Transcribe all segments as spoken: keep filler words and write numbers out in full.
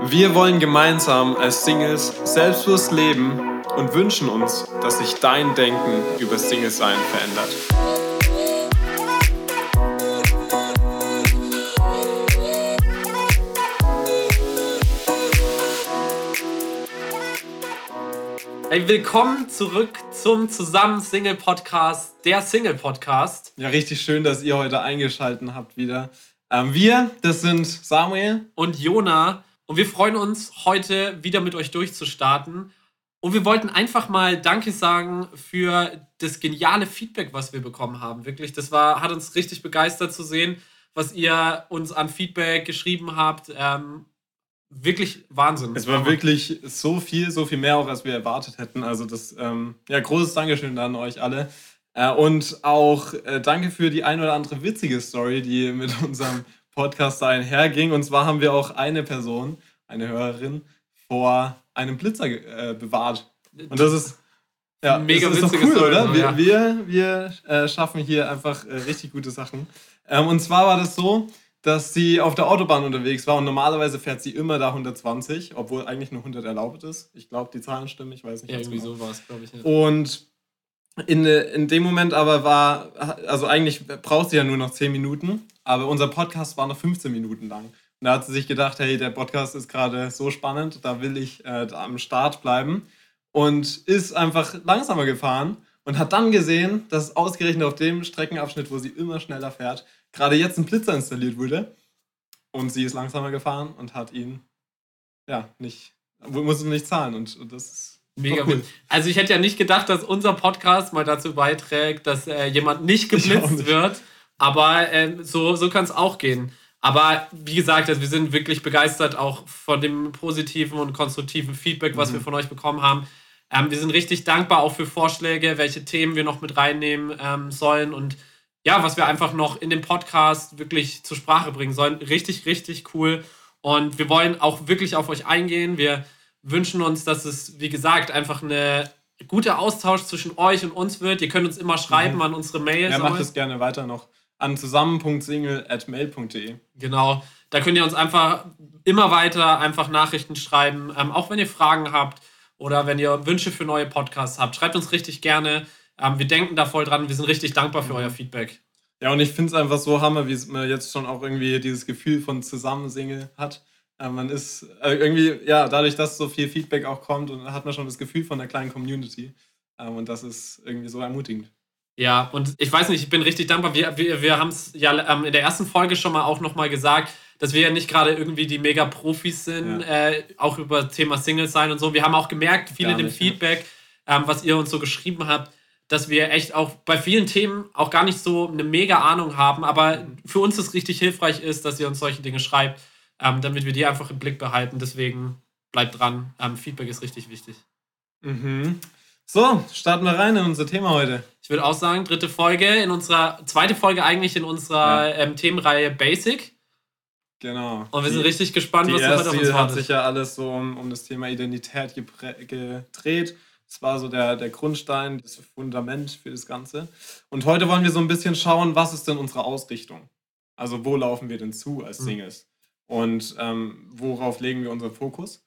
Wir wollen gemeinsam als Singles selbstbewusst leben und wünschen uns, dass sich dein Denken über Single-Sein verändert. Hey, willkommen zurück zum Zusammen-Single-Podcast, der Single-Podcast. Ja, richtig schön, dass ihr heute eingeschaltet habt wieder. Ähm, wir, das sind Samuel und Jona, und wir freuen uns, heute wieder mit euch durchzustarten. Und wir wollten einfach mal Danke sagen für das geniale Feedback, was wir bekommen haben. Wirklich, das war, hat uns richtig begeistert zu sehen, was ihr uns an Feedback geschrieben habt. Ähm, wirklich Wahnsinn. Es war wirklich so viel, so viel mehr auch, als wir erwartet hätten. Also das, ähm, ja, großes Dankeschön an euch alle. Äh, und auch äh, danke für die ein oder andere witzige Story, die mit unserem Podcast da einherging. Und zwar haben wir auch eine Person, eine Hörerin, vor einem Blitzer äh, bewahrt. Und das ist, ja, mega das ist doch witzige cool, Story, oder? Wir, ja. wir, wir äh, schaffen hier einfach äh, richtig gute Sachen. Ähm, und zwar war das so, dass sie auf der Autobahn unterwegs war und normalerweise fährt sie immer da hundertzwanzig, obwohl eigentlich nur hundert erlaubt ist. Ich glaube, die Zahlen stimmen, ich weiß nicht. Ja, irgendwie genau. so war es, glaube ich. Ja. Und in, in dem Moment aber war, also eigentlich braucht sie ja nur noch zehn Minuten, aber unser Podcast war noch fünfzehn Minuten lang. Und da hat sie sich gedacht, hey, der Podcast ist gerade so spannend, da will ich äh, da am Start bleiben. Und ist einfach langsamer gefahren und hat dann gesehen, dass ausgerechnet auf dem Streckenabschnitt, wo sie immer schneller fährt, gerade jetzt ein Blitzer installiert wurde. Und sie ist langsamer gefahren und hat ihn, ja, nicht, musste nicht zahlen. Und, und das ist mega cool. cool. Also ich hätte ja nicht gedacht, dass unser Podcast mal dazu beiträgt, dass äh, jemand nicht geblitzt nicht. wird. Aber äh, so, so kann es auch gehen. Aber wie gesagt, also wir sind wirklich begeistert auch von dem positiven und konstruktiven Feedback, was mhm. wir von euch bekommen haben. Ähm, wir sind richtig dankbar auch für Vorschläge, welche Themen wir noch mit reinnehmen ähm, sollen und ja, was wir einfach noch in dem Podcast wirklich zur Sprache bringen sollen. Richtig, richtig cool. Und wir wollen auch wirklich auf euch eingehen. Wir wünschen uns, dass es, wie gesagt, einfach eine gute Austausch zwischen euch und uns wird. Ihr könnt uns immer schreiben mhm. an unsere Mails. Ja, macht es gerne weiter noch an zusammen punkt single at mail punkt de. Genau, da könnt ihr uns einfach immer weiter einfach Nachrichten schreiben, ähm, auch wenn ihr Fragen habt oder wenn ihr Wünsche für neue Podcasts habt. Schreibt uns richtig gerne. Ähm, wir denken da voll dran. Wir sind richtig dankbar für mhm. euer Feedback. Ja, und ich finde es einfach so hammer, wie man jetzt schon auch irgendwie dieses Gefühl von Zusammensingle hat. Äh, man ist äh, irgendwie, ja, dadurch, dass so viel Feedback auch kommt, und hat man schon das Gefühl von einer kleinen Community. Ähm, und das ist irgendwie so ermutigend. Ja, und ich weiß nicht, ich bin richtig dankbar. Wir, wir, wir haben es ja ähm, in der ersten Folge schon mal auch nochmal gesagt, dass wir ja nicht gerade irgendwie die Mega-Profis sind, ja. äh, auch über Thema Singles sein und so. Wir haben auch gemerkt, viel in dem nicht, Feedback, ja. ähm, was ihr uns so geschrieben habt, dass wir echt auch bei vielen Themen auch gar nicht so eine Mega-Ahnung haben, aber mhm. für uns es richtig hilfreich ist, dass ihr uns solche Dinge schreibt, ähm, damit wir die einfach im Blick behalten. Deswegen bleibt dran. Ähm, Feedback ist richtig wichtig. Mhm. So, starten wir rein in unser Thema heute. Ich würde auch sagen, dritte Folge in unserer, zweite Folge eigentlich in unserer ja. ähm, Themenreihe Basic. Genau. Und wir die, sind richtig gespannt, was heute auf uns wartet. hat sich ja alles so um, um das Thema Identität geprä- gedreht. Das war so der, der Grundstein, das Fundament für das Ganze. Und heute wollen wir so ein bisschen schauen, was ist denn unsere Ausrichtung? Also wo laufen wir denn zu als Singles? Mhm. Und ähm, worauf legen wir unseren Fokus?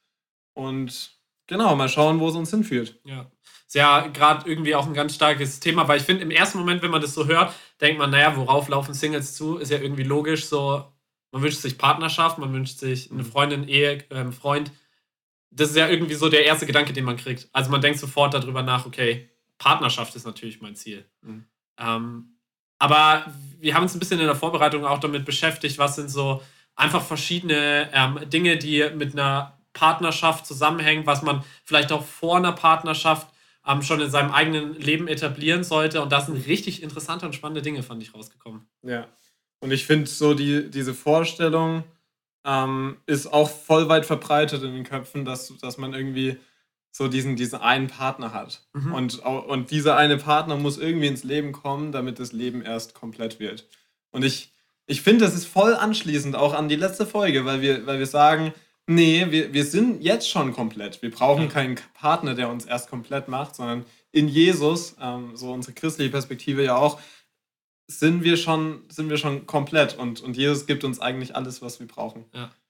Und genau, mal schauen, wo es uns hinführt. Ja, ist ja gerade irgendwie auch ein ganz starkes Thema, weil ich finde, im ersten Moment, wenn man das so hört, denkt man, naja, worauf laufen Singles zu? Ist ja irgendwie logisch, so, man wünscht sich Partnerschaft, man wünscht sich eine Freundin, Ehe, ähm, Freund. Das ist ja irgendwie so der erste Gedanke, den man kriegt. Also man denkt sofort darüber nach, okay, Partnerschaft ist natürlich mein Ziel. Mhm. Ähm, aber wir haben uns ein bisschen in der Vorbereitung auch damit beschäftigt, was sind so einfach verschiedene ähm, Dinge, die mit einer Partnerschaft zusammenhängen, was man vielleicht auch vor einer Partnerschaft ähm, schon in seinem eigenen Leben etablieren sollte. Und das sind richtig interessante und spannende Dinge, fand ich, rausgekommen. Ja, und ich finde so die, diese Vorstellung ähm, ist auch voll weit verbreitet in den Köpfen, dass, dass man irgendwie so diesen, diesen einen Partner hat. Mhm. Und, und dieser eine Partner muss irgendwie ins Leben kommen, damit das Leben erst komplett wird. Und ich, ich finde, das ist voll anschließend auch an die letzte Folge, weil wir, weil wir sagen, nee, wir, wir sind jetzt schon komplett. Wir brauchen keinen Partner, der uns erst komplett macht, sondern in Jesus, ähm, so unsere christliche Perspektive ja auch, sind wir schon, sind wir schon komplett. Und, und Jesus gibt uns eigentlich alles, was wir brauchen. Ja.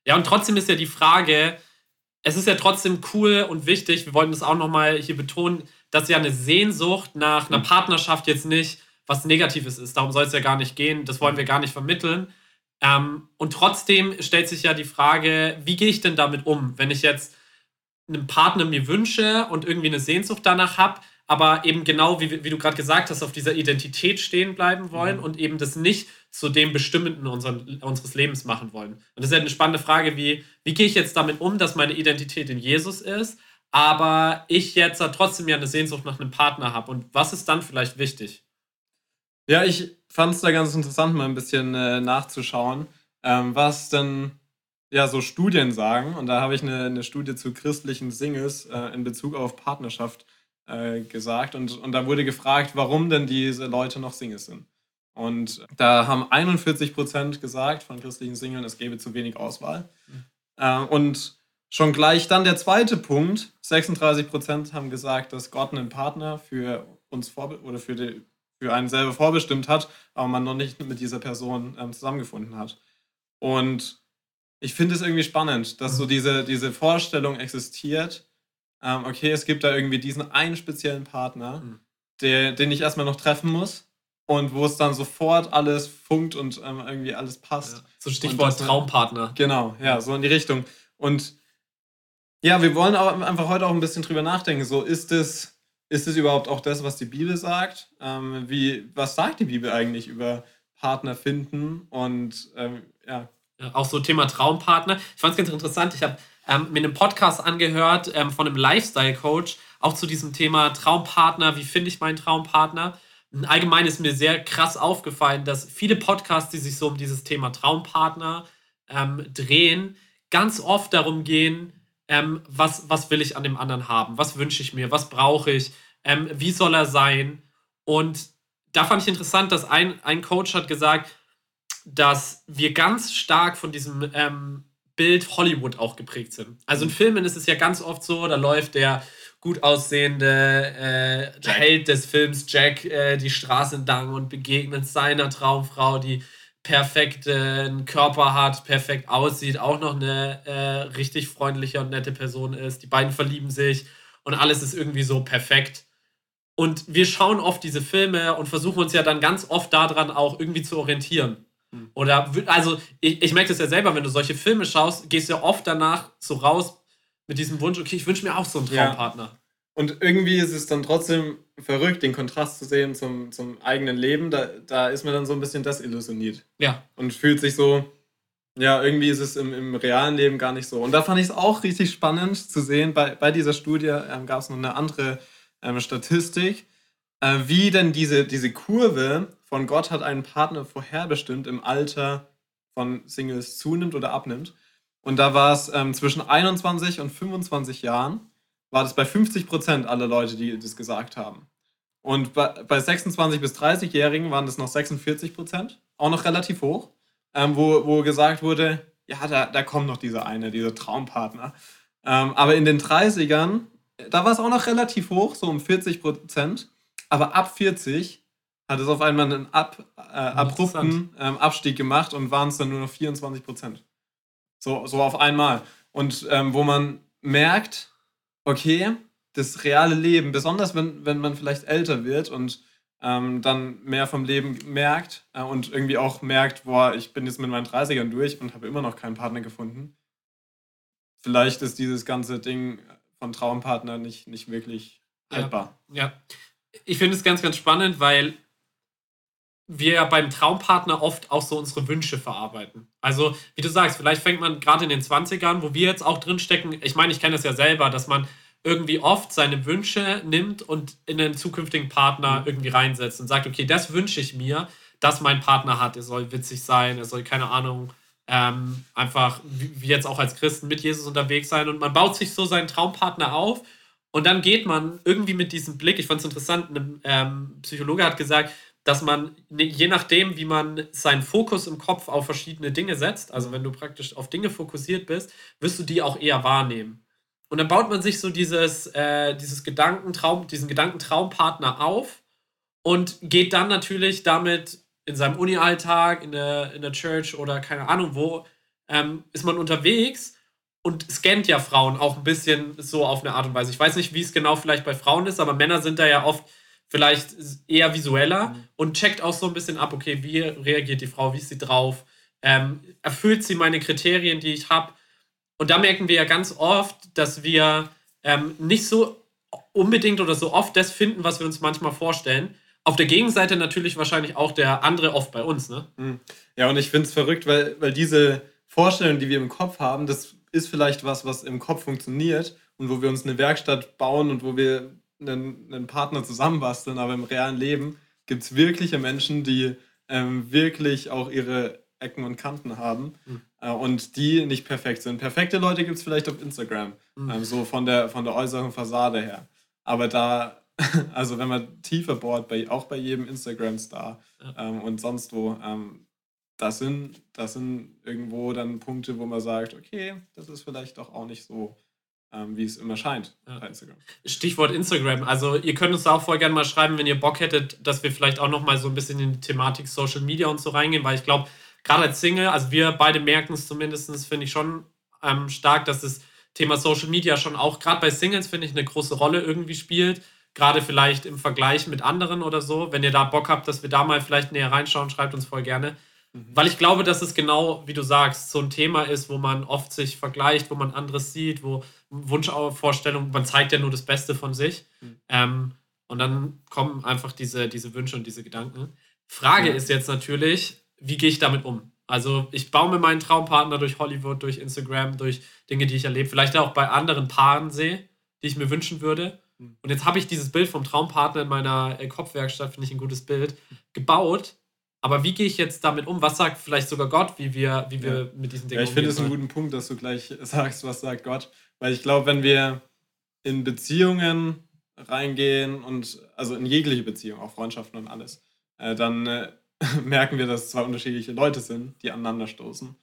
Ja, und trotzdem ist ja die Frage, es ist ja trotzdem cool und wichtig, wir wollten das auch nochmal hier betonen, dass ja eine Sehnsucht nach einer Partnerschaft jetzt nicht was Negatives ist. Darum soll es ja gar nicht gehen, das wollen wir gar nicht vermitteln. Ähm, und trotzdem stellt sich ja die Frage, wie gehe ich denn damit um, wenn ich jetzt einen Partner mir wünsche und irgendwie eine Sehnsucht danach habe, aber eben genau, wie, wie du gerade gesagt hast, auf dieser Identität stehen bleiben wollen mhm. und eben das nicht zu dem Bestimmenden unseren, unseres Lebens machen wollen. Und das ist ja eine spannende Frage, wie, wie gehe ich jetzt damit um, dass meine Identität in Jesus ist, aber ich jetzt trotzdem ja eine Sehnsucht nach einem Partner habe. Und was ist dann vielleicht wichtig? Ja, ich fand es da ganz interessant, mal ein bisschen äh, nachzuschauen, ähm, was denn ja so Studien sagen. Und da habe ich eine, eine Studie zu christlichen Singles äh, in Bezug auf Partnerschaft äh, gesagt. Und, und da wurde gefragt, warum denn diese Leute noch Singles sind. Und da haben einundvierzig Prozent gesagt von christlichen Singles, es gäbe zu wenig Auswahl. Mhm. Äh, und schon gleich dann der zweite Punkt, sechsunddreißig Prozent haben gesagt, dass Gott einen Partner für uns vorbe- oder für, die, für einen selber vorbestimmt hat, aber man noch nicht mit dieser Person ähm, zusammengefunden hat. Und ich finde es irgendwie spannend, dass so diese, diese Vorstellung existiert, ähm, okay, es gibt da irgendwie diesen einen speziellen Partner, mhm. der, den ich erstmal noch treffen muss und wo es dann sofort alles funkt und ähm, irgendwie alles passt. Ja. So Stichwort Traumpartner. Genau, ja, so in die Richtung. Und ja, wir wollen auch einfach heute auch ein bisschen drüber nachdenken, so ist es, ist es überhaupt auch das, was die Bibel sagt? Ähm, wie, was sagt die Bibel eigentlich über Partner finden und ähm, ja, auch so Thema Traumpartner. Ich fand es ganz interessant. Ich habe ähm, mir einen Podcast angehört ähm, von einem Lifestyle-Coach, auch zu diesem Thema Traumpartner. Wie finde ich meinen Traumpartner? Allgemein ist mir sehr krass aufgefallen, dass viele Podcasts, die sich so um dieses Thema Traumpartner ähm, drehen, ganz oft darum gehen, ähm, was, was will ich an dem anderen haben? Was wünsche ich mir? Was brauche ich? Ähm, wie soll er sein? Und da fand ich interessant, dass ein, ein Coach hat gesagt, dass wir ganz stark von diesem ähm, Bild Hollywood auch geprägt sind. Also in Filmen ist es ja ganz oft so, da läuft der gut aussehende äh, Held des Films, Jack, äh, die Straße entlang und begegnet seiner Traumfrau, die perfekten Körper hat, perfekt aussieht, auch noch eine äh, richtig freundliche und nette Person ist. Die beiden verlieben sich und alles ist irgendwie so perfekt. Und wir schauen oft diese Filme und versuchen uns ja dann ganz oft daran auch irgendwie zu orientieren. Oder, also, ich, ich merke das ja selber, wenn du solche Filme schaust, gehst du ja oft danach so raus mit diesem Wunsch, okay, ich wünsche mir auch so einen Traumpartner. Ja. Und irgendwie ist es dann trotzdem verrückt, den Kontrast zu sehen zum, zum eigenen Leben. Da, da ist man dann so ein bisschen desillusioniert. Ja. Und fühlt sich so, ja, irgendwie ist es im, im realen Leben gar nicht so. Und da fand ich es auch richtig spannend zu sehen. Bei, bei dieser Studie ähm, gab es noch eine andere ähm, Statistik, äh, wie denn diese, diese Kurve von Gott hat einen Partner vorherbestimmt im Alter von Singles zunimmt oder abnimmt. Und da war es ähm, zwischen einundzwanzig und fünfundzwanzig Jahren, war das bei fünfzig Prozent aller Leute, die das gesagt haben. Und bei, bei sechsundzwanzig- bis dreißig-Jährigen waren das noch sechsundvierzig Prozent, auch noch relativ hoch, ähm, wo, wo gesagt wurde, ja, da, da kommt noch dieser eine, dieser Traumpartner. Ähm, aber in den dreißigern, da war es auch noch relativ hoch, so um vierzig Prozent. Aber ab vierzig hat es auf einmal einen ab, äh, abrupten ähm, Abstieg gemacht und waren es dann nur noch vierundzwanzig Prozent. So, so auf einmal. Und ähm, wo man merkt, okay, das reale Leben, besonders wenn, wenn man vielleicht älter wird und ähm, dann mehr vom Leben merkt äh, und irgendwie auch merkt, boah, ich bin jetzt mit meinen dreißigern durch und habe immer noch keinen Partner gefunden. Vielleicht ist dieses ganze Ding von Traumpartner nicht, nicht wirklich haltbar. Ja, ja. Ich finde es ganz, ganz spannend, weil wir ja beim Traumpartner oft auch so unsere Wünsche verarbeiten. Also, wie du sagst, vielleicht fängt man gerade in den zwanzigern, wo wir jetzt auch drinstecken, ich meine, ich kenne das ja selber, dass man irgendwie oft seine Wünsche nimmt und in einen zukünftigen Partner mhm. irgendwie reinsetzt und sagt, okay, das wünsche ich mir, dass mein Partner hat. Er soll witzig sein, er soll, keine Ahnung, ähm, einfach wie jetzt auch als Christen mit Jesus unterwegs sein und man baut sich so seinen Traumpartner auf. Und dann geht man irgendwie mit diesem Blick, ich fand es interessant, ein ähm, Psychologe hat gesagt, dass man, je nachdem, wie man seinen Fokus im Kopf auf verschiedene Dinge setzt, also wenn du praktisch auf Dinge fokussiert bist, wirst du die auch eher wahrnehmen. Und dann baut man sich so dieses, äh, dieses Gedankentraum, diesen Gedankentraumpartner auf und geht dann natürlich damit in seinem Uni-Alltag, in der, in der Church oder keine Ahnung wo, ähm, ist man unterwegs und scannt ja Frauen auch ein bisschen so auf eine Art und Weise. Ich weiß nicht, wie es genau vielleicht bei Frauen ist, aber Männer sind da ja oft vielleicht eher visueller mhm. und checkt auch so ein bisschen ab, okay, wie reagiert die Frau, wie ist sie drauf, ähm, erfüllt sie meine Kriterien, die ich habe. Und da merken wir ja ganz oft, dass wir ähm, nicht so unbedingt oder so oft das finden, was wir uns manchmal vorstellen. Auf der Gegenseite natürlich wahrscheinlich auch der andere oft bei uns, ne? Ja, und ich finde es verrückt, weil, weil diese Vorstellung, die wir im Kopf haben, das ist vielleicht was, was im Kopf funktioniert und wo wir uns eine Werkstatt bauen und wo wir einen, einen Partner zusammenbasteln, aber im realen Leben gibt es wirkliche Menschen, die ähm, wirklich auch ihre Ecken und Kanten haben mhm. äh, und die nicht perfekt sind. Perfekte Leute gibt es vielleicht auf Instagram, mhm. ähm, so von der, von der äußeren Fassade her. Aber da, also wenn man tiefer bohrt, bei, auch bei jedem Instagram-Star ja. ähm, und sonst wo, ähm, das sind, das sind irgendwo dann Punkte, wo man sagt, okay, das ist vielleicht doch auch nicht so, ähm, wie es immer scheint ja. bei Instagram. Stichwort Instagram. Also ihr könnt uns da auch voll gerne mal schreiben, wenn ihr Bock hättet, dass wir vielleicht auch noch mal so ein bisschen in die Thematik Social Media und so reingehen, weil ich glaube, gerade als Single, also wir beide merken es zumindest, finde ich schon ähm, stark, dass das Thema Social Media schon auch, gerade bei Singles, finde ich, eine große Rolle irgendwie spielt. Gerade vielleicht im Vergleich mit anderen oder so. Wenn ihr da Bock habt, dass wir da mal vielleicht näher reinschauen, schreibt uns voll gerne. Mhm. Weil ich glaube, dass es genau, wie du sagst, so ein Thema ist, wo man oft sich vergleicht, wo man anderes sieht, wo Wunschvorstellungen, man zeigt ja nur das Beste von sich. Mhm. Ähm, und dann kommen einfach diese, diese Wünsche und diese Gedanken. Frage ja. ist jetzt natürlich, wie gehe ich damit um? Also ich baue mir meinen Traumpartner durch Hollywood, durch Instagram, durch Dinge, die ich erlebe, vielleicht auch bei anderen Paaren sehe, die ich mir wünschen würde. Und jetzt habe ich dieses Bild vom Traumpartner in meiner Kopfwerkstatt, finde ich ein gutes Bild, gebaut. Aber wie gehe ich jetzt damit um? Was sagt vielleicht sogar Gott, wie wir, wie wir ja. mit diesen Dingen ja, ich finde es einen guten Punkt, dass du gleich sagst, was sagt Gott. Weil ich glaube, wenn wir in Beziehungen reingehen und also in jegliche Beziehung, auch Freundschaften und alles, äh, dann äh, merken wir, dass es zwei unterschiedliche Leute sind, die aneinander stoßen.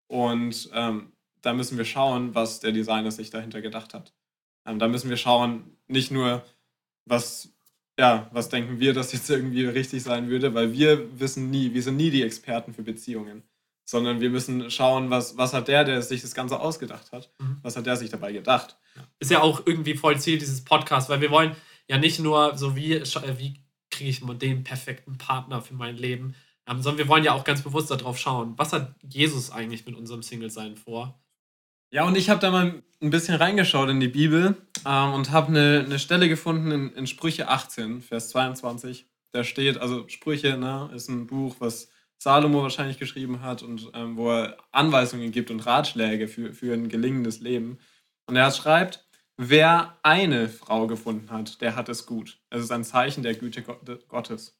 Und ähm, da müssen wir schauen, was der Designer sich dahinter gedacht hat. Ähm, da müssen wir schauen, nicht nur, was, ja, was denken wir, dass jetzt irgendwie richtig sein würde, weil wir wissen nie, wir sind nie die Experten für Beziehungen, sondern wir müssen schauen, was, was hat der, der sich das Ganze ausgedacht hat, mhm. was hat der sich dabei gedacht. Ist ja auch irgendwie voll Ziel dieses Podcasts, weil wir wollen ja nicht nur so, wie, wie kriege ich mal den perfekten Partner für mein Leben, ähm, sondern wir wollen ja auch ganz bewusst darauf schauen, was hat Jesus eigentlich mit unserem Single-Sein vor? Ja, und ich habe da mal ein bisschen reingeschaut in die Bibel ähm, und habe eine, eine Stelle gefunden in, in Sprüche achtzehn, Vers zweiundzwanzig. Da steht, also Sprüche, ne, ist ein Buch, was Salomo wahrscheinlich geschrieben hat und ähm, wo er Anweisungen gibt und Ratschläge für, für ein gelingendes Leben. Und er schreibt, wer eine Frau gefunden hat, der hat es gut. Es ist ein Zeichen der Güte Gottes.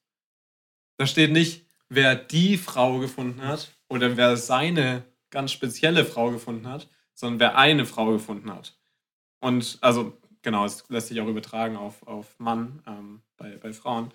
Da steht nicht, wer die Frau gefunden hat oder wer seine ganz spezielle Frau gefunden hat, sondern wer eine Frau gefunden hat. Und also, genau, es lässt sich auch übertragen auf, auf Mann ähm, bei, bei Frauen.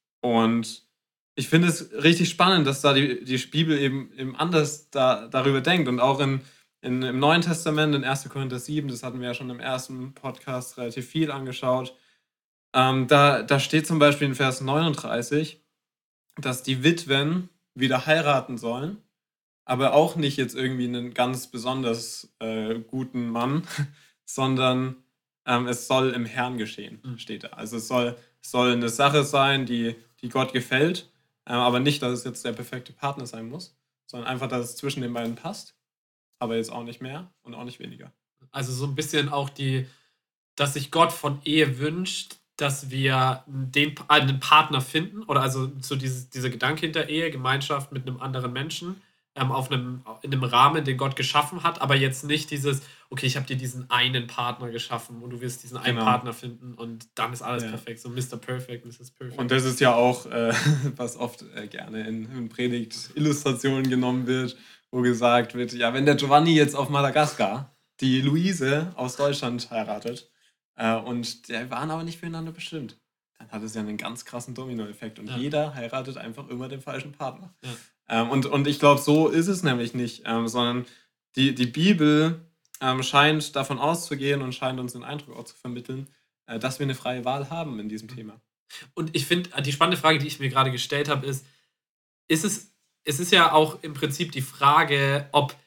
Und ich finde es richtig spannend, dass da die, die Bibel eben, eben anders da, darüber denkt. Und auch in, in, im Neuen Testament, in erster Korinther sieben, das hatten wir ja schon im ersten Podcast relativ viel angeschaut, ähm, da, da steht zum Beispiel in Vers neununddreißig, dass die Witwen wieder heiraten sollen, aber auch nicht jetzt irgendwie einen ganz besonders äh, guten Mann, sondern ähm, es soll im Herrn geschehen, steht da. Also es soll, es soll eine Sache sein, die, die Gott gefällt, äh, aber nicht, dass es jetzt der perfekte Partner sein muss, sondern einfach, dass es zwischen den beiden passt, aber jetzt auch nicht mehr und auch nicht weniger. Also so ein bisschen auch die, dass sich Gott von Ehe wünscht, dass wir den, einen Partner finden, oder also so dieses, dieser Gedanke hinter Ehe, Gemeinschaft mit einem anderen Menschen, ähm, auf einem, in einem Rahmen, den Gott geschaffen hat, aber jetzt nicht dieses, okay, ich habe dir diesen einen Partner geschaffen und du wirst diesen einen genau. Partner finden und dann ist alles ja. perfekt, so Mister Perfect, Missus Perfect. Und das ist ja auch, äh, was oft äh, gerne in, in Predigt-Illustrationen genommen wird, wo gesagt wird, ja, wenn der Giovanni jetzt auf Madagaskar die Luise aus Deutschland heiratet äh, und die waren aber nicht füreinander bestimmt, dann hat es ja einen ganz krassen Dominoeffekt und ja. jeder heiratet einfach immer den falschen Partner. Ja. Ähm, und, und ich glaube, so ist es nämlich nicht, ähm, sondern die, die Bibel ähm, scheint davon auszugehen und scheint uns den Eindruck auch zu vermitteln, äh, dass wir eine freie Wahl haben in diesem Thema. Und ich finde, die spannende Frage, die ich mir gerade gestellt habe, ist, ist es, es ist ja auch im Prinzip die Frage, ob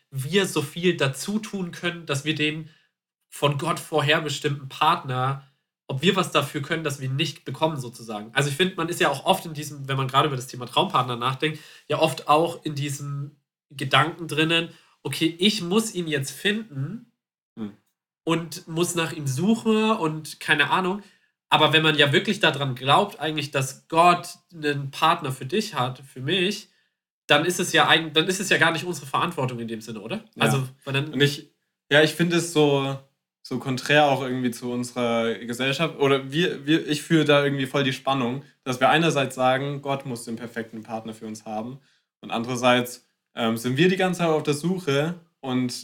wir so viel dazu tun können, dass wir den von Gott vorherbestimmten Partner, ob wir was dafür können, dass wir ihn nicht bekommen, sozusagen. Also ich finde, man ist ja auch oft in diesem, wenn man gerade über das Thema Traumpartner nachdenkt, ja oft auch in diesem Gedanken drinnen, okay, ich muss ihn jetzt finden Hm. und muss nach ihm suchen und keine Ahnung. Aber wenn man ja wirklich daran glaubt, eigentlich, dass Gott einen Partner für dich hat, für mich, dann ist es ja eigentlich, dann ist es ja gar nicht unsere Verantwortung in dem Sinne, oder? Ja. Also, weil dann, Und ich, ja, ich finde es so, so konträr auch irgendwie zu unserer Gesellschaft. Oder wir, wir, ich fühle da irgendwie voll die Spannung, dass wir einerseits sagen, Gott muss den perfekten Partner für uns haben. Und andererseits ähm, sind wir die ganze Zeit auf der Suche und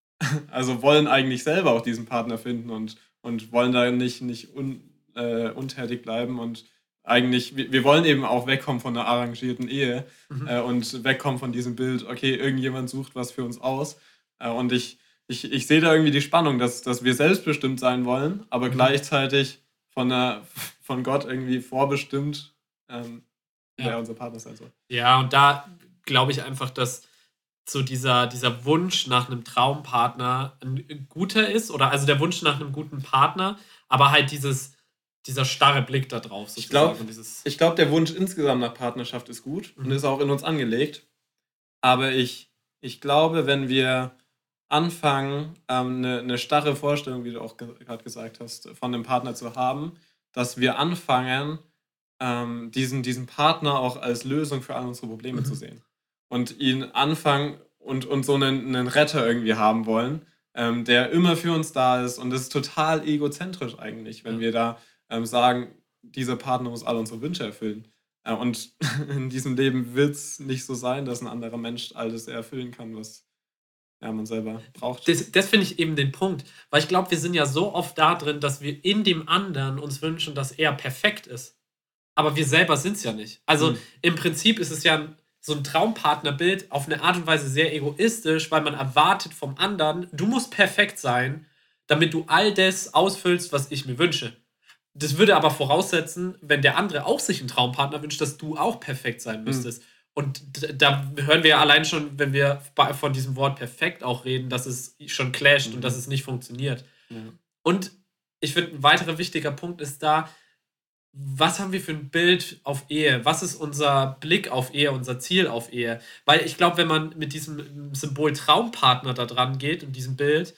also wollen eigentlich selber auch diesen Partner finden und, und wollen da nicht, nicht un, äh, untätig bleiben. Und eigentlich, wir, wir wollen eben auch wegkommen von einer arrangierten Ehe Mhm. äh, und wegkommen von diesem Bild, okay, irgendjemand sucht was für uns aus. Äh, und ich, ich, ich sehe da irgendwie die Spannung, dass, dass wir selbstbestimmt sein wollen, aber Mhm. gleichzeitig von, einer, von Gott irgendwie vorbestimmt, ähm, Ja. wer unser Partner sein soll. Ja, und da glaube ich einfach, dass so dieser, dieser Wunsch nach einem Traumpartner ein guter ist, oder also der Wunsch nach einem guten Partner, aber halt dieses, dieser starre Blick da drauf Ich sozusagen. glaube, und dieses, ich glaub, der Wunsch insgesamt nach Partnerschaft ist gut und Mhm. ist auch in uns angelegt. Aber ich, ich glaube, wenn wir anfangen, ähm, eine, eine starre Vorstellung, wie du auch ge- gerade gesagt hast, von einem Partner zu haben, dass wir anfangen, ähm, diesen, diesen Partner auch als Lösung für all unsere Probleme Mhm. zu sehen. Und ihn anfangen und, und so einen, einen Retter irgendwie haben wollen, ähm, der immer für uns da ist. Und das ist total egozentrisch eigentlich, wenn Ja. wir da ähm, sagen, dieser Partner muss all unsere Wünsche erfüllen. Äh, und in diesem Leben wird es nicht so sein, dass ein anderer Mensch all das erfüllen kann, was ja, man selber braucht. das das finde ich eben den Punkt, weil ich glaube, wir sind ja so oft da drin, dass wir in dem anderen uns wünschen, dass er perfekt ist. Aber wir selber sind es ja nicht. Also Hm. im Prinzip ist es ja ein, so ein Traumpartnerbild auf eine Art und Weise sehr egoistisch, weil man erwartet vom anderen, du musst perfekt sein, damit du all das ausfüllst, was ich mir wünsche. Das würde aber voraussetzen, wenn der andere auch sich einen Traumpartner wünscht, dass du auch perfekt sein müsstest. Und d- da hören wir ja allein schon, wenn wir bei- von diesem Wort perfekt auch reden, dass es schon clasht und Mhm. dass es nicht funktioniert. Ja. Und ich finde, ein weiterer wichtiger Punkt ist da, was haben wir für ein Bild auf Ehe? Was ist unser Blick auf Ehe, unser Ziel auf Ehe? Weil ich glaube, wenn man mit diesem Symbol Traumpartner da dran geht und diesem Bild,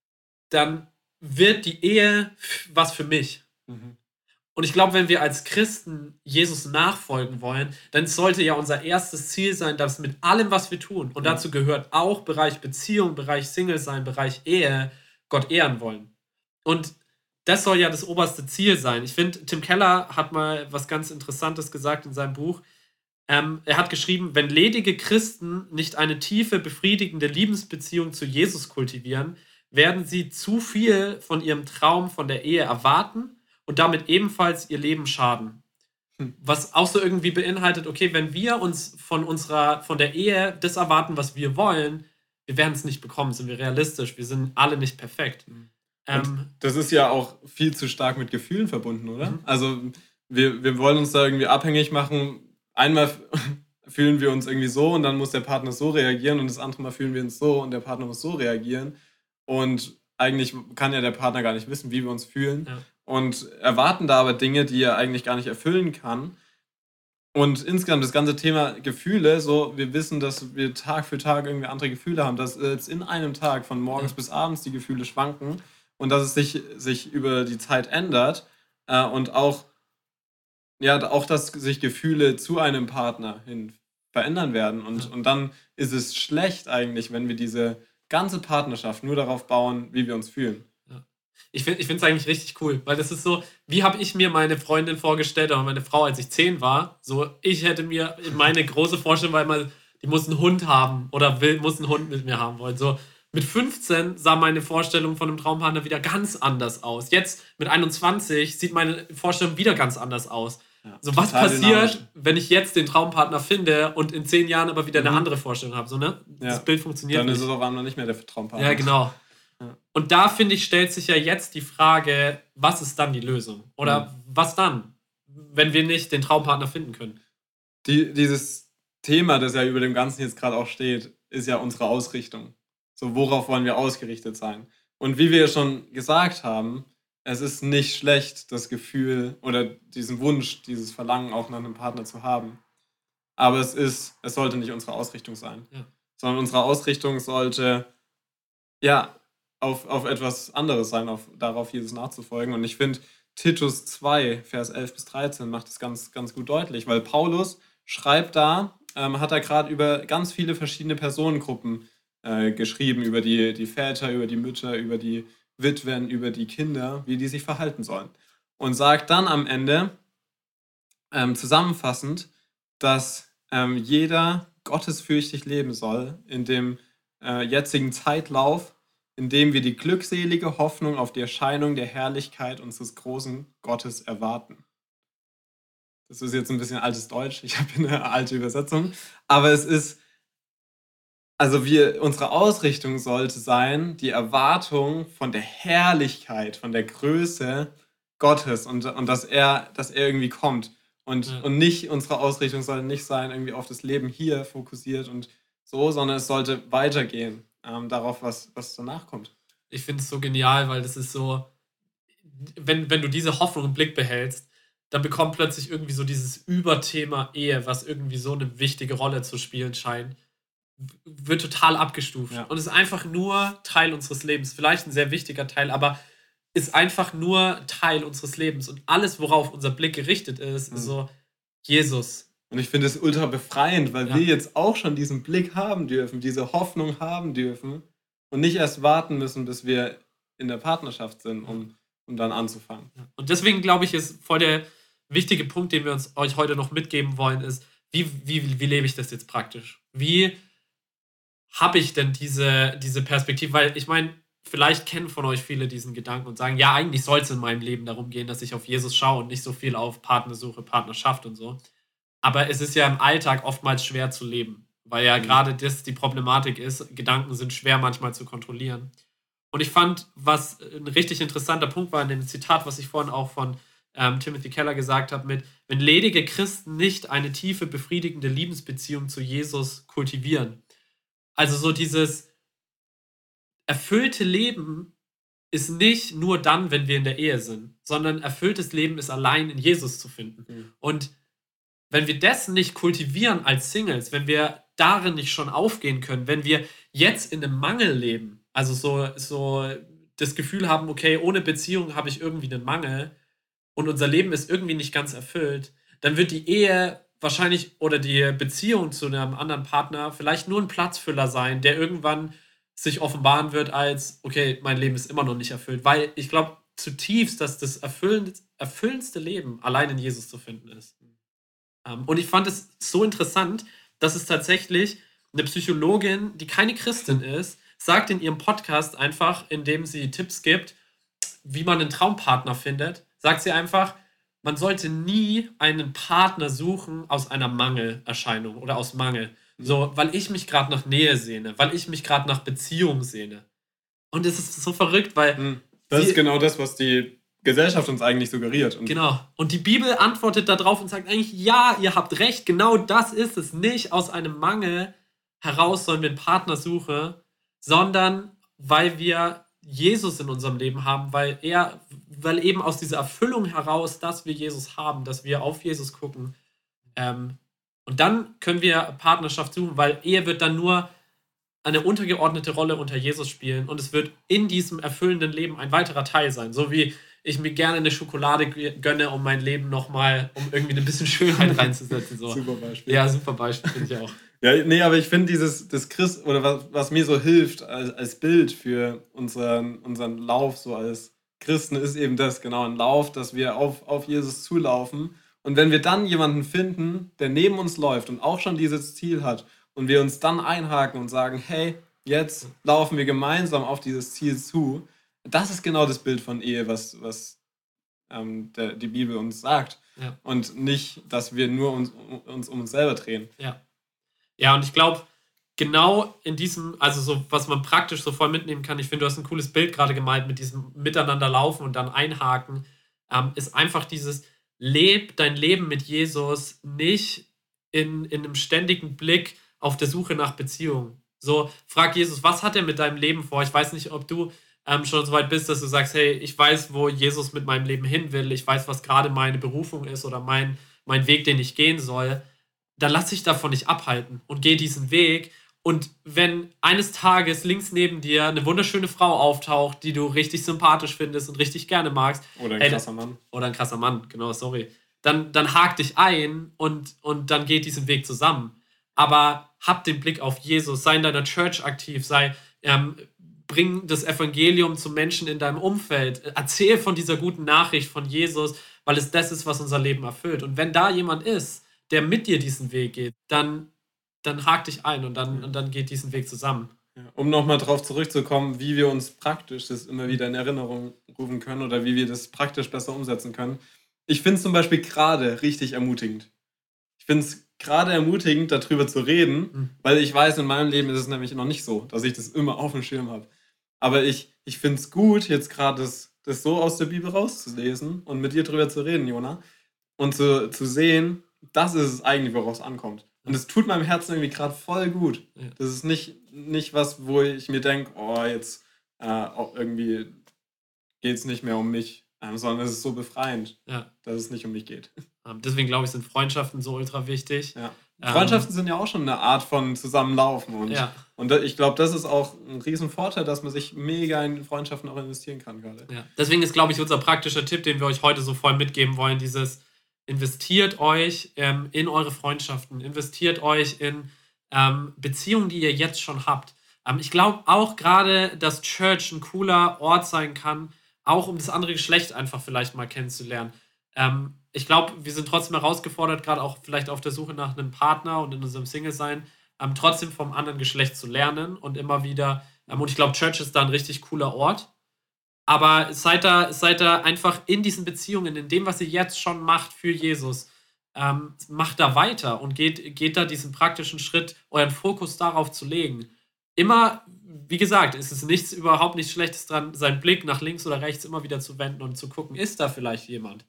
dann wird die Ehe f- was für mich. Mhm. Und ich glaube, wenn wir als Christen Jesus nachfolgen wollen, dann sollte ja unser erstes Ziel sein, dass mit allem, was wir tun, und Ja. dazu gehört auch Bereich Beziehung, Bereich Single sein, Bereich Ehe, Gott ehren wollen. Und das soll ja das oberste Ziel sein. Ich finde, Tim Keller hat mal was ganz Interessantes gesagt in seinem Buch. Ähm, er hat geschrieben, wenn ledige Christen nicht eine tiefe, befriedigende Liebesbeziehung zu Jesus kultivieren, werden sie zu viel von ihrem Traum von der Ehe erwarten und damit ebenfalls ihr Leben schaden. Hm. Was auch so irgendwie beinhaltet, okay, wenn wir uns von unserer, von der Ehe das erwarten, was wir wollen, wir werden es nicht bekommen, sind wir realistisch, wir sind alle nicht perfekt. Und Ähm, das ist ja auch viel zu stark mit Gefühlen verbunden, oder? Mhm. Also wir, wir wollen uns da irgendwie abhängig machen. Einmal fühlen wir uns irgendwie so und dann muss der Partner so reagieren und das andere Mal fühlen wir uns so und der Partner muss so reagieren. Und eigentlich kann ja der Partner gar nicht wissen, wie wir uns fühlen. Ja. Und erwarten da aber Dinge, die er eigentlich gar nicht erfüllen kann. Und insgesamt das ganze Thema Gefühle, so wir wissen, dass wir Tag für Tag irgendwie andere Gefühle haben, dass jetzt in einem Tag von morgens Ja. bis abends die Gefühle schwanken und dass es sich, sich über die Zeit ändert äh, und auch, ja, auch, dass sich Gefühle zu einem Partner hin verändern werden. Und, Ja. und dann ist es schlecht eigentlich, wenn wir diese ganze Partnerschaft nur darauf bauen, wie wir uns fühlen. Ich finde es eigentlich richtig cool, weil das ist so, wie habe ich mir meine Freundin vorgestellt oder meine Frau, als ich zehn war. So, ich hätte mir meine große Vorstellung war immer, die muss einen Hund haben oder will, muss einen Hund mit mir haben wollen. So, mit fünfzehn sah meine Vorstellung von einem Traumpartner wieder ganz anders aus. Jetzt mit einundzwanzig sieht meine Vorstellung wieder ganz anders aus. Ja, So, was total passiert, dynamisch. wenn ich jetzt den Traumpartner finde und in zehn Jahren aber wieder eine Mhm. andere Vorstellung habe? So, ne? Ja. Das Bild funktioniert Dann ist nicht. es auf einmal nicht mehr der Traumpartner. Ja, genau. Ja. Und da, finde ich, stellt sich ja jetzt die Frage, was ist dann die Lösung? Oder was dann, wenn wir nicht den Traumpartner finden können? Die, dieses Thema, das ja über dem Ganzen jetzt gerade auch steht, ist ja unsere Ausrichtung. So, worauf wollen wir ausgerichtet sein? Und wie wir schon gesagt haben, es ist nicht schlecht, das Gefühl oder diesen Wunsch, dieses Verlangen auch nach einem Partner zu haben. Aber es ist, es sollte nicht unsere Ausrichtung sein, Ja. sondern unsere Ausrichtung sollte ja auf, auf etwas anderes sein, auf, darauf Jesus nachzufolgen. Und ich finde, Titus zwei, Vers elf bis dreizehn macht es ganz, ganz gut deutlich, weil Paulus schreibt da, ähm, hat er gerade über ganz viele verschiedene Personengruppen äh, geschrieben, über die, die Väter, über die Mütter, über die Witwen, über die Kinder, wie die sich verhalten sollen. Und sagt dann am Ende ähm, zusammenfassend, dass ähm, jeder gottesfürchtig leben soll in dem äh, jetzigen Zeitlauf, in dem wir die glückselige Hoffnung auf die Erscheinung der Herrlichkeit unseres großen Gottes erwarten. Das ist jetzt ein bisschen altes Deutsch, ich habe hier eine alte Übersetzung, aber es ist, also wir, unsere Ausrichtung sollte sein, die Erwartung von der Herrlichkeit, von der Größe Gottes und, und dass er, dass er irgendwie kommt. Und, Ja. und nicht, unsere Ausrichtung sollte nicht sein, irgendwie auf das Leben hier fokussiert und so, sondern es sollte weitergehen, ähm, darauf, was, was danach kommt. Ich finde es so genial, weil das ist so, wenn, wenn du diese Hoffnung im Blick behältst, dann bekommt plötzlich irgendwie so dieses Überthema Ehe, was irgendwie so eine wichtige Rolle zu spielen scheint, w- wird total abgestuft. Ja. Und ist einfach nur Teil unseres Lebens. Vielleicht ein sehr wichtiger Teil, aber ist einfach nur Teil unseres Lebens. Und alles, worauf unser Blick gerichtet ist, Mhm. ist so Jesus. Und ich finde es ultra befreiend, weil Ja. wir jetzt auch schon diesen Blick haben dürfen, diese Hoffnung haben dürfen und nicht erst warten müssen, bis wir in der Partnerschaft sind, um, um dann anzufangen. Ja. Und deswegen glaube ich, ist voll der wichtige Punkt, den wir uns euch heute noch mitgeben wollen, ist, wie, wie, wie lebe ich das jetzt praktisch? Wie habe ich denn diese, diese Perspektive? Weil ich meine, vielleicht kennen von euch viele diesen Gedanken und sagen, ja, eigentlich soll es in meinem Leben darum gehen, dass ich auf Jesus schaue und nicht so viel auf Partnersuche, Partnerschaft und so. Aber es ist ja im Alltag oftmals schwer zu leben, weil ja Mhm. gerade das die Problematik ist, Gedanken sind schwer manchmal zu kontrollieren. Und ich fand, was ein richtig interessanter Punkt war in dem Zitat, was ich vorhin auch von ähm, Timothy Keller gesagt habe, mit, wenn ledige Christen nicht eine tiefe, befriedigende Liebesbeziehung zu Jesus kultivieren. Also so dieses erfüllte Leben ist nicht nur dann, wenn wir in der Ehe sind, sondern erfülltes Leben ist allein in Jesus zu finden. Mhm. Und wenn wir das nicht kultivieren als Singles, wenn wir darin nicht schon aufgehen können, wenn wir jetzt in einem Mangel leben, also so, so das Gefühl haben, okay, ohne Beziehung habe ich irgendwie einen Mangel und unser Leben ist irgendwie nicht ganz erfüllt, dann wird die Ehe wahrscheinlich oder die Beziehung zu einem anderen Partner vielleicht nur ein Platzfüller sein, der irgendwann sich offenbaren wird als, okay, mein Leben ist immer noch nicht erfüllt, weil ich glaube zutiefst, dass das erfüllend, erfüllendste Leben allein in Jesus zu finden ist. Ähm, Und ich fand es so interessant, dass es tatsächlich eine Psychologin, die keine Christin ist, sagt in ihrem Podcast einfach, indem sie Tipps gibt, wie man einen Traumpartner findet, sagt sie einfach, man sollte nie einen Partner suchen aus einer Mangelerscheinung oder aus Mangel. So, weil ich mich gerade nach Nähe sehne, weil ich mich gerade nach Beziehung sehne. Und es ist so verrückt, weil Mhm. Das sie- ist genau das, was die Gesellschaft uns eigentlich suggeriert. Und Genau. Und die Bibel antwortet darauf und sagt eigentlich, ja, ihr habt recht, genau das ist es. Nicht aus einem Mangel heraus sollen wir einen Partner suchen, sondern weil wir Jesus in unserem Leben haben, weil er, weil eben aus dieser Erfüllung heraus, dass wir Jesus haben, dass wir auf Jesus gucken. Ähm, und dann können wir Partnerschaft suchen, weil Ehe wird dann nur eine untergeordnete Rolle unter Jesus spielen und es wird in diesem erfüllenden Leben ein weiterer Teil sein. So wie ich mir gerne eine Schokolade gönne, um mein Leben nochmal, um irgendwie ein bisschen Schönheit reinzusetzen. So. Super Beispiel. Ja, super Beispiel, finde ich auch. Ja, nee, aber ich finde dieses, das Christ, oder was, was mir so hilft als, als Bild für unseren, unseren Lauf, so als Christen, ist eben das, genau, ein Lauf, dass wir auf, auf Jesus zulaufen. Und wenn wir dann jemanden finden, der neben uns läuft und auch schon dieses Ziel hat und wir uns dann einhaken und sagen, hey, jetzt laufen wir gemeinsam auf dieses Ziel zu, das ist genau das Bild von Ehe, was, was ähm, der, die Bibel uns sagt. Ja. Und nicht, dass wir nur uns, uns um uns selber drehen. Ja. Ja, und ich glaube, genau in diesem, also so, was man praktisch so voll mitnehmen kann, ich finde, du hast ein cooles Bild gerade gemalt mit diesem Miteinander laufen und dann einhaken, ähm, ist einfach dieses, leb dein Leben mit Jesus nicht in, in einem ständigen Blick auf der Suche nach Beziehung. So, frag Jesus, was hat er mit deinem Leben vor? Ich weiß nicht, ob du ähm, schon so weit bist, dass du sagst, hey, ich weiß, wo Jesus mit meinem Leben hin will. Ich weiß, was gerade meine Berufung ist oder mein, mein Weg, den ich gehen soll. Dann lass dich davon nicht abhalten und geh diesen Weg. Und wenn eines Tages links neben dir eine wunderschöne Frau auftaucht, die du richtig sympathisch findest und richtig gerne magst. Oder ein hey, krasser Mann. Oder ein krasser Mann, genau, sorry. Dann, dann hak dich ein und, und dann geht diesen Weg zusammen. Aber hab den Blick auf Jesus, sei in deiner Church aktiv, sei, ähm, bring das Evangelium zu Menschen in deinem Umfeld, erzähl von dieser guten Nachricht von Jesus, weil es das ist, was unser Leben erfüllt. Und wenn da jemand ist, der mit dir diesen Weg geht, dann, dann hak dich ein und dann, und dann geht diesen Weg zusammen. Ja, um nochmal drauf zurückzukommen, wie wir uns praktisch das immer wieder in Erinnerung rufen können oder wie wir das praktisch besser umsetzen können. Ich finde es zum Beispiel gerade richtig ermutigend. Ich finde es gerade ermutigend, darüber zu reden, mhm. weil ich weiß, in meinem Leben ist es nämlich noch nicht so, dass ich das immer auf dem Schirm habe. Aber ich, ich finde es gut, jetzt gerade das, das so aus der Bibel rauszulesen und mit dir drüber zu reden, Jona, und zu, zu sehen, das ist es eigentlich, woraus es ankommt. Und es tut meinem Herzen irgendwie gerade voll gut. Ja. Das ist nicht, nicht was, wo ich mir denke, oh, jetzt äh, auch irgendwie geht es nicht mehr um mich, ähm, sondern es ist so befreiend, ja. dass es nicht um mich geht. Ähm, deswegen glaube ich, sind Freundschaften so ultra wichtig. Ja. Freundschaften ähm, sind ja auch schon eine Art von Zusammenlaufen. Und, ja. und ich glaube, das ist auch ein riesen Vorteil, dass man sich mega in Freundschaften auch investieren kann gerade. Ja. Deswegen ist, glaube ich, unser praktischer Tipp, den wir euch heute so voll mitgeben wollen, dieses investiert euch ähm, in eure Freundschaften, investiert euch in ähm, Beziehungen, die ihr jetzt schon habt. Ähm, ich glaube auch gerade, dass Church ein cooler Ort sein kann, auch um das andere Geschlecht einfach vielleicht mal kennenzulernen. Ähm, ich glaube, wir sind trotzdem herausgefordert, gerade auch vielleicht auf der Suche nach einem Partner und in unserem Single-Sein, ähm, trotzdem vom anderen Geschlecht zu lernen und immer wieder, ähm, und ich glaube, Church ist da ein richtig cooler Ort. Aber seid da, seid da einfach in diesen Beziehungen, in dem, was ihr jetzt schon macht für Jesus, ähm, macht da weiter und geht, geht da diesen praktischen Schritt, euren Fokus darauf zu legen. Immer, wie gesagt, ist es nichts, überhaupt nichts Schlechtes dran, seinen Blick nach links oder rechts immer wieder zu wenden und zu gucken, ist da vielleicht jemand?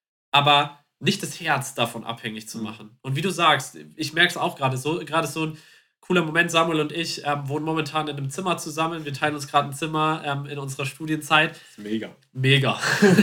Aber nicht das Herz davon abhängig zu machen. Und wie du sagst, ich merke es auch gerade so, gerade so ein cooler Moment, Samuel und ich ähm, wohnen momentan in einem Zimmer zusammen. Wir teilen uns gerade ein Zimmer ähm, in unserer Studienzeit. Mega. Mega.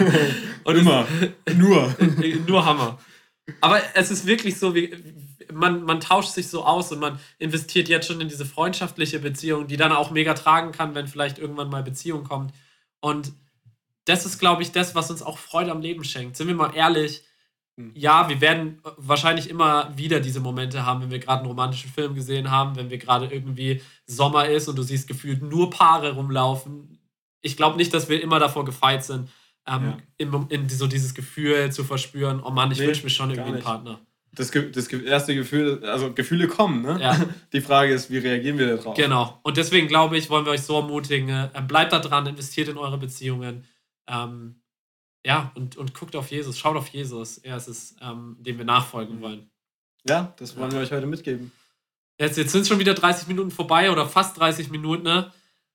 Und immer. Es, nur. Nur Hammer. Aber es ist wirklich so, wie, man, man tauscht sich so aus und man investiert jetzt schon in diese freundschaftliche Beziehung, die dann auch mega tragen kann, wenn vielleicht irgendwann mal Beziehung kommt. Und das ist, glaube ich, das, was uns auch Freude am Leben schenkt. Sind wir mal ehrlich, ja, wir werden wahrscheinlich immer wieder diese Momente haben, wenn wir gerade einen romantischen Film gesehen haben, wenn wir gerade irgendwie Sommer ist und du siehst gefühlt nur Paare rumlaufen. Ich glaube nicht, dass wir immer davor gefeit sind, ähm, ja. in, in so dieses Gefühl zu verspüren, oh Mann, ich nee, wünsche mir schon irgendwie einen Partner. Das, das erste Gefühl, also Gefühle kommen, ne? Ja. Die Frage ist, wie reagieren wir darauf? Genau. Und deswegen glaube ich, wollen wir euch so ermutigen, äh, bleibt da dran, investiert in eure Beziehungen. Ähm, Ja, und, und guckt auf Jesus, schaut auf Jesus. Er ist es, ähm, dem wir nachfolgen wollen. Ja, das wollen wir euch heute mitgeben. Jetzt, jetzt sind schon wieder dreißig Minuten vorbei oder fast dreißig Minuten. Ne?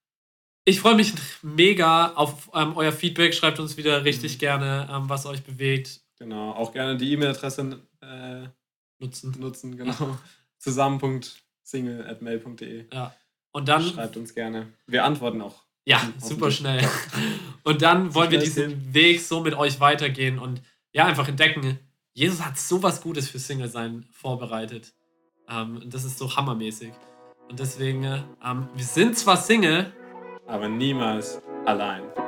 Ich freue mich mega auf ähm, euer Feedback. Schreibt uns wieder richtig mhm. gerne, ähm, was euch bewegt. Genau, auch gerne die E-Mail-Adresse äh, nutzen. nutzen, genau. zusammen punkt single at mail punkt de. Ja. Und dann schreibt uns gerne. Wir antworten auch. Ja, super schnell. Und dann wollen wir diesen Weg so mit euch weitergehen und ja, einfach entdecken, Jesus hat so was Gutes für Single-Sein vorbereitet. Ähm, das ist so hammermäßig. Und deswegen, ähm, wir sind zwar Single, aber niemals allein.